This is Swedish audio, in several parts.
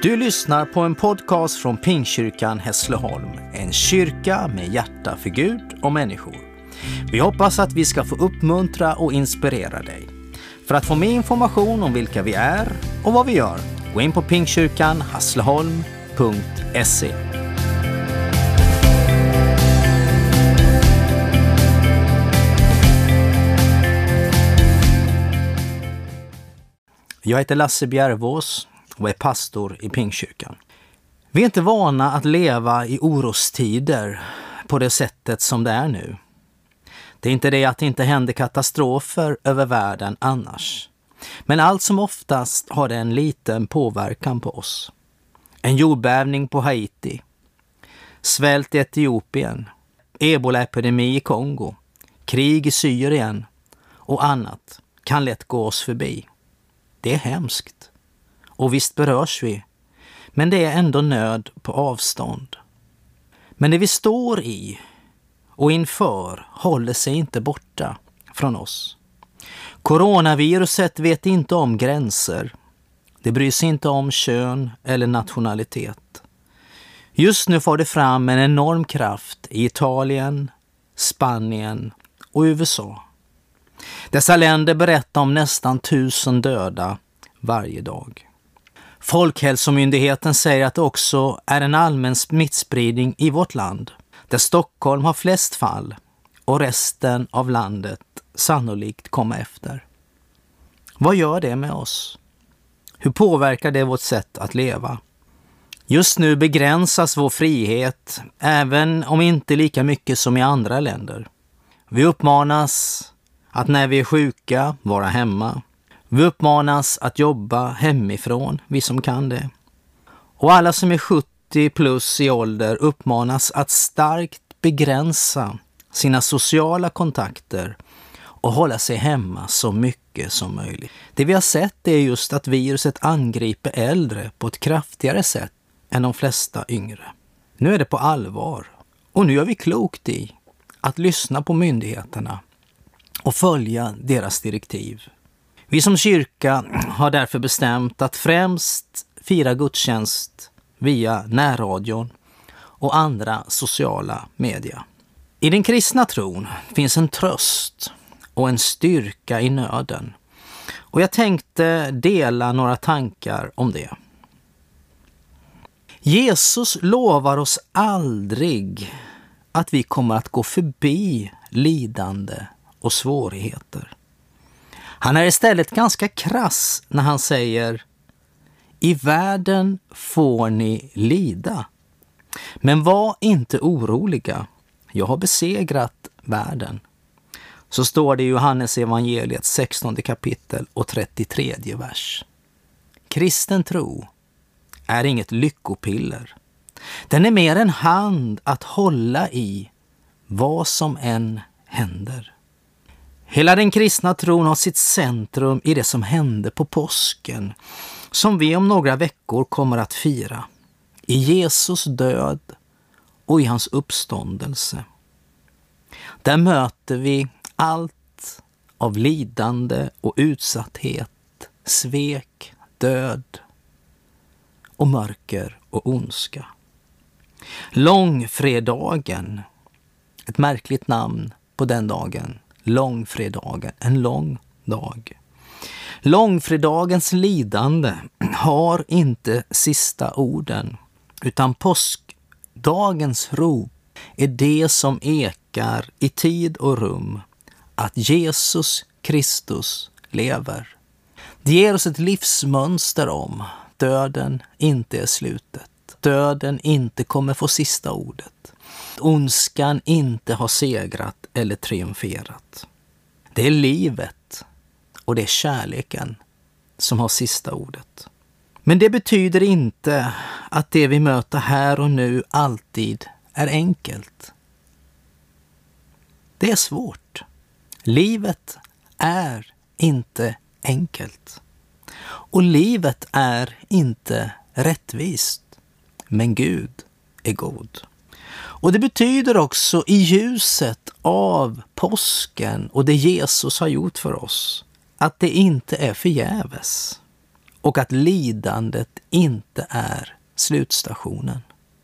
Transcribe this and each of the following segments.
Du lyssnar på en podcast från Pingstkyrkan Hässleholm, en kyrka med hjärta för Gud och människor. Vi hoppas att vi ska få uppmuntra och inspirera dig. För att få mer information om vilka vi är och vad vi gör, gå in på pingstkyrkanhässleholm.se. Jag heter Lasse Bjärvås och är pastor i Pingstkyrkan. Vi är inte vana att leva i orostider på det sättet som det är nu. Det är inte det att det inte händer katastrofer över världen annars. Men allt som oftast har det en liten påverkan på oss. En jordbävning på Haiti, svält i Etiopien, ebolaepidemi i Kongo, krig i Syrien och annat kan lätt gå oss förbi. Det är hemskt. Och visst berörs vi, men det är ändå nöd på avstånd. Men det vi står i och inför håller sig inte borta från oss. Coronaviruset vet inte om gränser. Det bryr sig inte om kön eller nationalitet. Just nu får det fram en enorm kraft i Italien, Spanien och USA. Dessa länder berättar om nästan 1000 döda varje dag. Folkhälsomyndigheten säger att det också är en allmän smittspridning i vårt land, där Stockholm har flest fall och resten av landet sannolikt kommer efter. Vad gör det med oss? Hur påverkar det vårt sätt att leva? Just nu begränsas vår frihet, även om inte lika mycket som i andra länder. Vi uppmanas att när vi är sjuka vara hemma. Vi uppmanas att jobba hemifrån, vi som kan det. Och alla som är 70 plus i ålder uppmanas att starkt begränsa sina sociala kontakter och hålla sig hemma så mycket som möjligt. Det vi har sett är just att viruset angriper äldre på ett kraftigare sätt än de flesta yngre. Nu är det på allvar och nu gör vi klokt i att lyssna på myndigheterna och följa deras direktiv. Vi som kyrka har därför bestämt att främst fira gudstjänst via närradion och andra sociala media. I den kristna tron finns en tröst och en styrka i nöden. Och jag tänkte dela några tankar om det. Jesus lovar oss aldrig att vi kommer att gå förbi lidande och svårigheter. Han är istället ganska krass när han säger: i världen får ni lida. Men var inte oroliga, jag har besegrat världen. Så står det i Johannes evangeliet 16 kapitel och 33 vers. Kristen tro är inget lyckopiller. Den är mer en hand att hålla i vad som än händer. Hela den kristna tron har sitt centrum i det som hände på påsken, som vi om några veckor kommer att fira. I Jesus död och i hans uppståndelse. Där möter vi allt av lidande och utsatthet, svek, död och mörker och ondska. Långfredagen, ett märkligt namn på den dagen. Långfredagen, en lång dag. Långfredagens lidande har inte sista orden, utan påskdagens rop är det som ekar i tid och rum, att Jesus Kristus lever. Det ger oss ett livsmönster om döden inte är slutet. Döden inte kommer få sista ordet. Ondskan inte har segrat eller triumferat. Det är livet och det är kärleken som har sista ordet. Men det betyder inte att det vi möter här och nu alltid är enkelt. Det är svårt. Livet är inte enkelt. Och livet är inte rättvist. Men Gud är god. Och det betyder också i ljuset av påsken och det Jesus har gjort för oss, att det inte är förgäves. och att lidandet inte är slutstationen.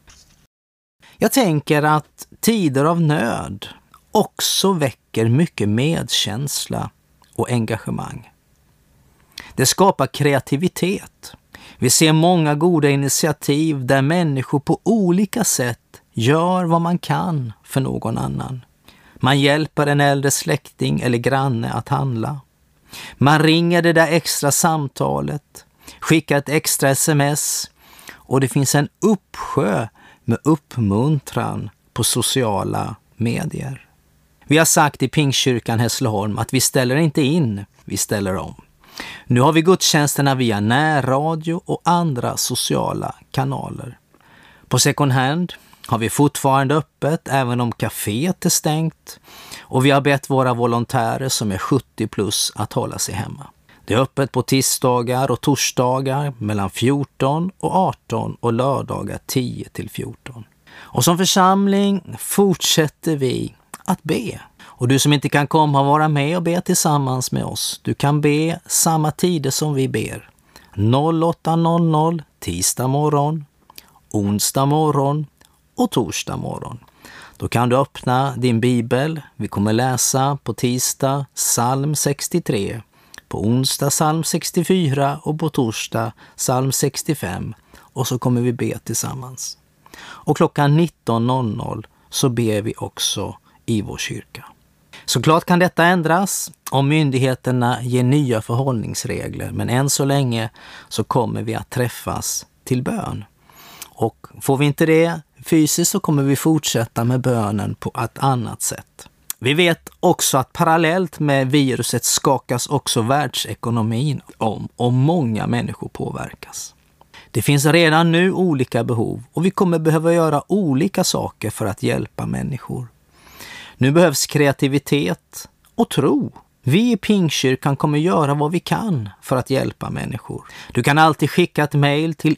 Jag tänker att tider av nöd också väcker mycket medkänsla och engagemang. Det skapar kreativitet. Vi ser många goda initiativ där människor på olika sätt gör vad man kan för någon annan. Man hjälper en äldre släkting eller granne att handla. Man ringer det där extra samtalet, skickar ett extra sms och det finns en uppsjö med uppmuntran på sociala medier. Vi har sagt i Pingstkyrkan Hässleholm att vi ställer inte in, vi ställer om. Nu har vi gudstjänsterna via närradio och andra sociala kanaler. På second hand har vi fortfarande öppet även om kaféet är stängt och vi har bett våra volontärer som är 70 plus att hålla sig hemma. Det är öppet på tisdagar och torsdagar mellan 14 och 18 och lördagar 10 till 14. Och som församling fortsätter vi att be. Och du som inte kan komma och vara med och be tillsammans med oss, du kan be samma tider som vi ber. 08:00 tisdag morgon, onsdag morgon och torsdag morgon. Då kan du öppna din bibel. Vi kommer läsa på tisdag psalm 63, på onsdag psalm 64 och på torsdag psalm 65. Och så kommer vi be tillsammans. Och klockan 19:00 så ber vi också i vår kyrka. Såklart kan detta ändras om myndigheterna ger nya förhållningsregler, men än så länge så kommer vi att träffas till bön. Och får vi inte det fysiskt så kommer vi fortsätta med bönen på ett annat sätt. Vi vet också att parallellt med viruset skakas också världsekonomin om och många människor påverkas. Det finns redan nu olika behov och vi kommer behöva göra olika saker för att hjälpa människor. Nu behövs kreativitet och tro. Vi i Pingstkyrkan kommer göra vad vi kan för att hjälpa människor. Du kan alltid skicka ett mejl till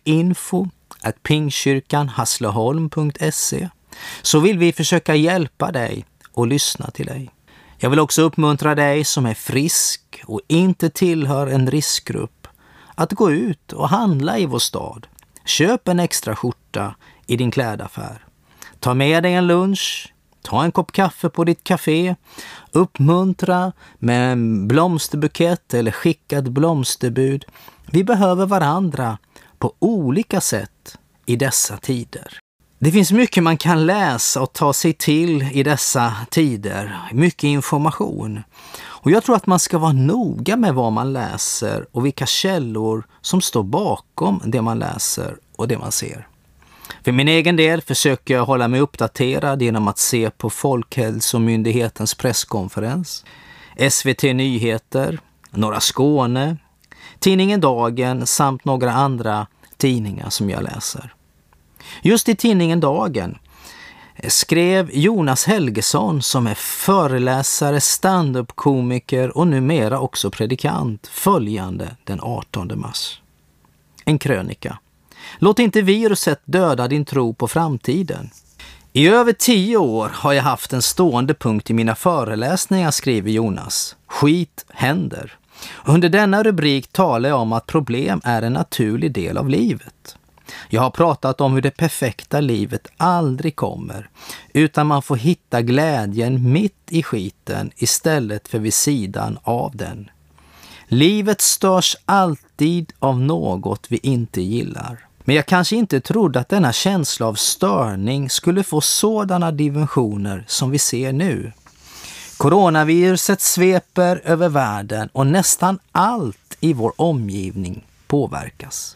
info@pingstkyrkanhassleholm.se så vill vi försöka hjälpa dig och lyssna till dig. Jag vill också uppmuntra dig som är frisk och inte tillhör en riskgrupp att gå ut och handla i vår stad. Köp en extra skjorta i din klädaffär. Ta med dig en lunch. Ta en kopp kaffe på ditt café, uppmuntra med en blomsterbukett eller skickat blomsterbud. Vi behöver varandra på olika sätt i dessa tider. Det finns mycket man kan läsa och ta sig till i dessa tider, mycket information. Och jag tror att man ska vara noga med vad man läser och vilka källor som står bakom det man läser och det man ser. För min egen del försöker jag hålla mig uppdaterad genom att se på Folkhälsomyndighetens presskonferens, SVT Nyheter, Norra Skåne, tidningen Dagen samt några andra tidningar som jag läser. Just i tidningen Dagen skrev Jonas Helgesson som är föreläsare, stand-up-komiker och numera också predikant följande den 18 mars. En krönika. Låt inte viruset döda din tro på framtiden. I över 10 år har jag haft en stående punkt i mina föreläsningar, skriver Jonas. Skit händer. Under denna rubrik talar jag om att problem är en naturlig del av livet. Jag har pratat om hur det perfekta livet aldrig kommer, utan man får hitta glädjen mitt i skiten istället för vid sidan av den. Livet störs alltid av något vi inte gillar. Men jag kanske inte trodde att denna känsla av störning skulle få sådana dimensioner som vi ser nu. Coronaviruset sveper över världen och nästan allt i vår omgivning påverkas.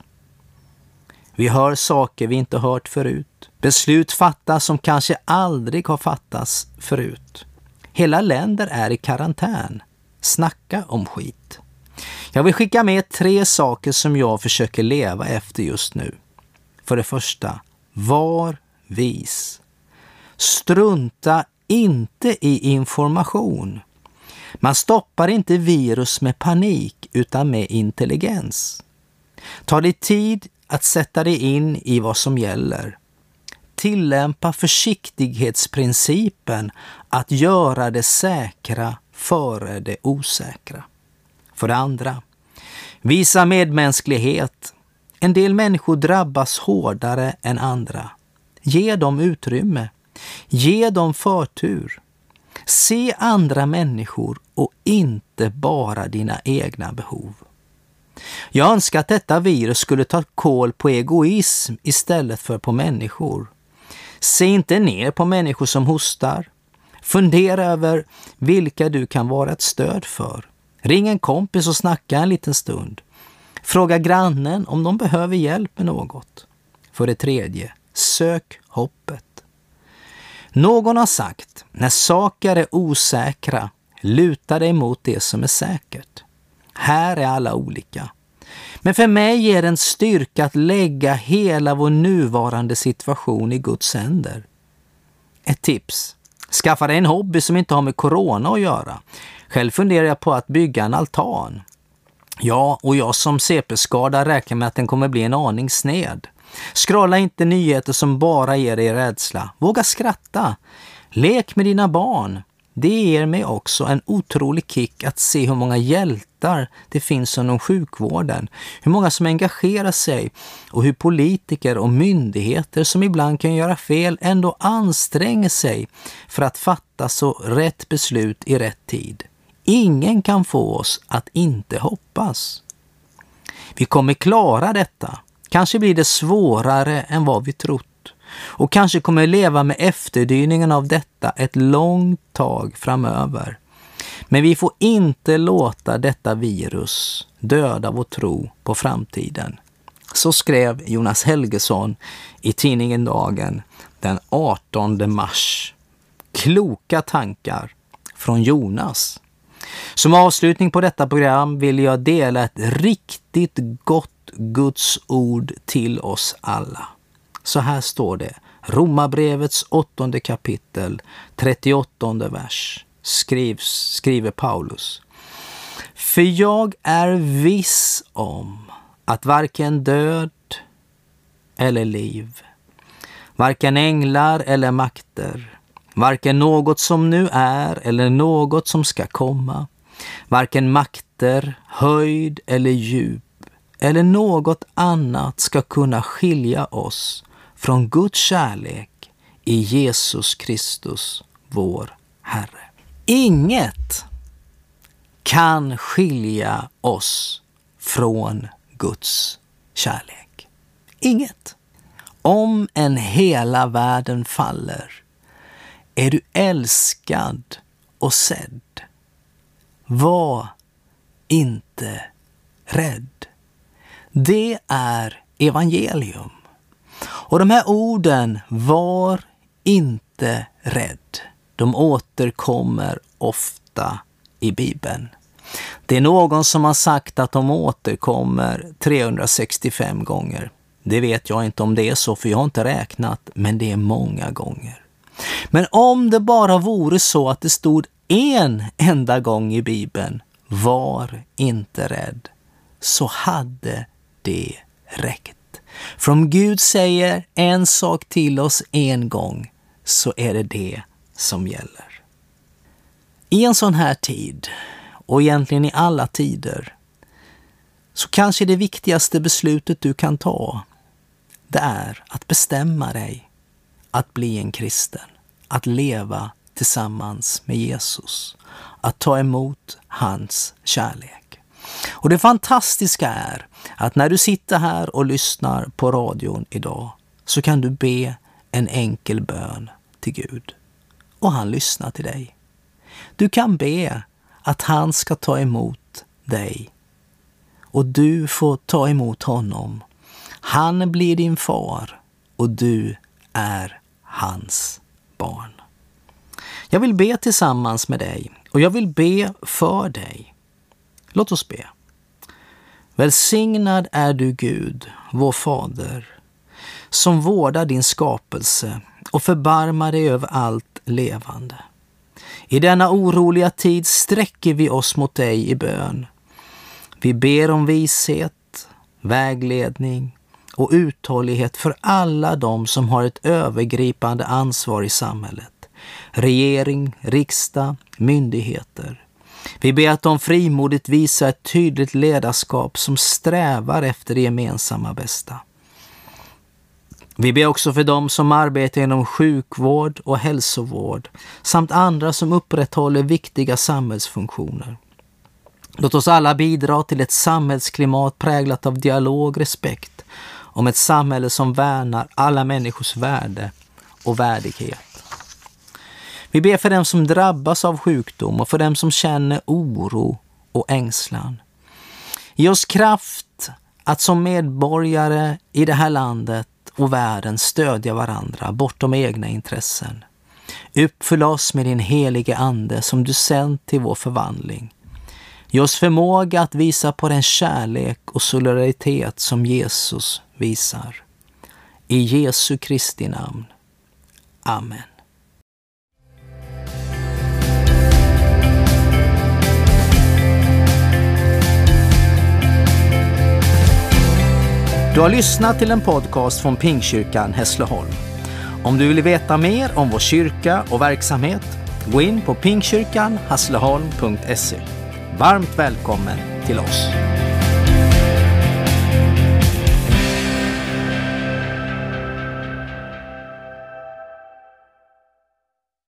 Vi hör saker vi inte hört förut. Beslut fattas som kanske aldrig har fattats förut. Hela länder är i karantän. Snacka om skit. Jag vill skicka med 3 saker som jag försöker leva efter just nu. För det första, var vis. Strunta inte i information. Man stoppar inte virus med panik utan med intelligens. Ta dig tid att sätta dig in i vad som gäller. Tillämpa försiktighetsprincipen att göra det säkra före det osäkra. För det andra, Visa medmänsklighet. En del människor drabbas hårdare än andra. Ge dem utrymme. Ge dem förtur. Se andra människor och inte bara dina egna behov. Jag önskar att detta virus skulle ta kål på egoism istället för på människor. Se inte ner på människor som hostar. Fundera över vilka du kan vara ett stöd för. Ring en kompis och snacka en liten stund. Fråga grannen om de behöver hjälp med något. För det tredje, sök hoppet. Någon har sagt, när saker är osäkra, luta dig mot det som är säkert. Här är alla olika. Men för mig ger det en styrka att lägga hela vår nuvarande situation i Guds händer. Ett tips. Skaffa dig en hobby som inte har med corona att göra. Själv funderar jag på att bygga en altan. Ja, och jag som CP-skadad räknar med att den kommer bli en aning sned. Scrolla inte nyheter som bara ger dig rädsla. Våga skratta. Lek med dina barn. Det ger mig också en otrolig kick att se hur många hjältar det finns inom sjukvården. Hur många som engagerar sig och hur politiker och myndigheter som ibland kan göra fel ändå anstränger sig för att fatta så rätt beslut i rätt tid. Ingen kan få oss att inte hoppas. Vi kommer klara detta. Kanske blir det svårare än vad vi trott. Och kanske kommer leva med efterdyningen av detta ett långt tag framöver. Men vi får inte låta detta virus döda vår tro på framtiden. Så skrev Jonas Helgesson i tidningen Dagen den 18 mars. Kloka tankar från Jonas. Som avslutning på detta program vill jag dela ett riktigt gott Guds ord till oss alla. Så här står det, Romarbrevets 8 kapitel, 38 vers, skriver Paulus. För jag är viss om att varken död eller liv, varken änglar eller makter, varken något som nu är eller något som ska komma, varken makter, höjd eller djup, eller något annat ska kunna skilja oss från Guds kärlek i Jesus Kristus, vår Herre. Inget kan skilja oss från Guds kärlek. Inget. Om en hela världen faller, är du älskad och sedd. Var inte rädd. Det är evangelium. Och de här orden, var inte rädd, de återkommer ofta i Bibeln. Det är någon som har sagt att de återkommer 365 gånger. Det vet jag inte om det är så, för jag har inte räknat, men det är många gånger. Men om det bara vore så att det stod en enda gång i Bibeln, var inte rädd, så hade det räckt. För om Gud säger en sak till oss en gång, så är det som gäller. I en sån här tid, och egentligen i alla tider, så kanske det viktigaste beslutet du kan ta, det är att bestämma dig att bli en kristen, att leva tillsammans med Jesus, att ta emot hans kärlek. Och det fantastiska är att när du sitter här och lyssnar på radion idag, så kan du be en enkel bön till Gud. Och han lyssnar till dig. Du kan be att han ska ta emot dig. Och du får ta emot honom. Han blir din far och du är hans barn. Jag vill be tillsammans med dig och jag vill be för dig. Låt oss be. Välsignad är du Gud, vår Fader, som vårdar din skapelse och förbarmar dig över allt levande. I denna oroliga tid sträcker vi oss mot dig i bön. Vi ber om vishet, vägledning och uthållighet för alla de som har ett övergripande ansvar i samhället. Regering, riksdag, myndigheter. Vi ber att de frimodigt visar ett tydligt ledarskap som strävar efter det gemensamma bästa. Vi ber också för dem som arbetar inom sjukvård och hälsovård samt andra som upprätthåller viktiga samhällsfunktioner. Låt oss alla bidra till ett samhällsklimat präglat av dialog och respekt, om ett samhälle som värnar alla människors värde och värdighet. Vi ber för dem som drabbas av sjukdom och för dem som känner oro och ängslan. Ge oss kraft att som medborgare i det här landet och världen stödja varandra bortom egna intressen. Uppfyll oss med din helige ande som du sänt till vår förvandling. Ge oss förmåga att visa på den kärlek och solidaritet som Jesus visar. I Jesu Kristi namn. Amen. Du har lyssnat till en podcast från Pingstkyrkan Hässleholm. Om du vill veta mer om vår kyrka och verksamhet, gå in på pingstkyrkanhässleholm.se. Varmt välkommen till oss.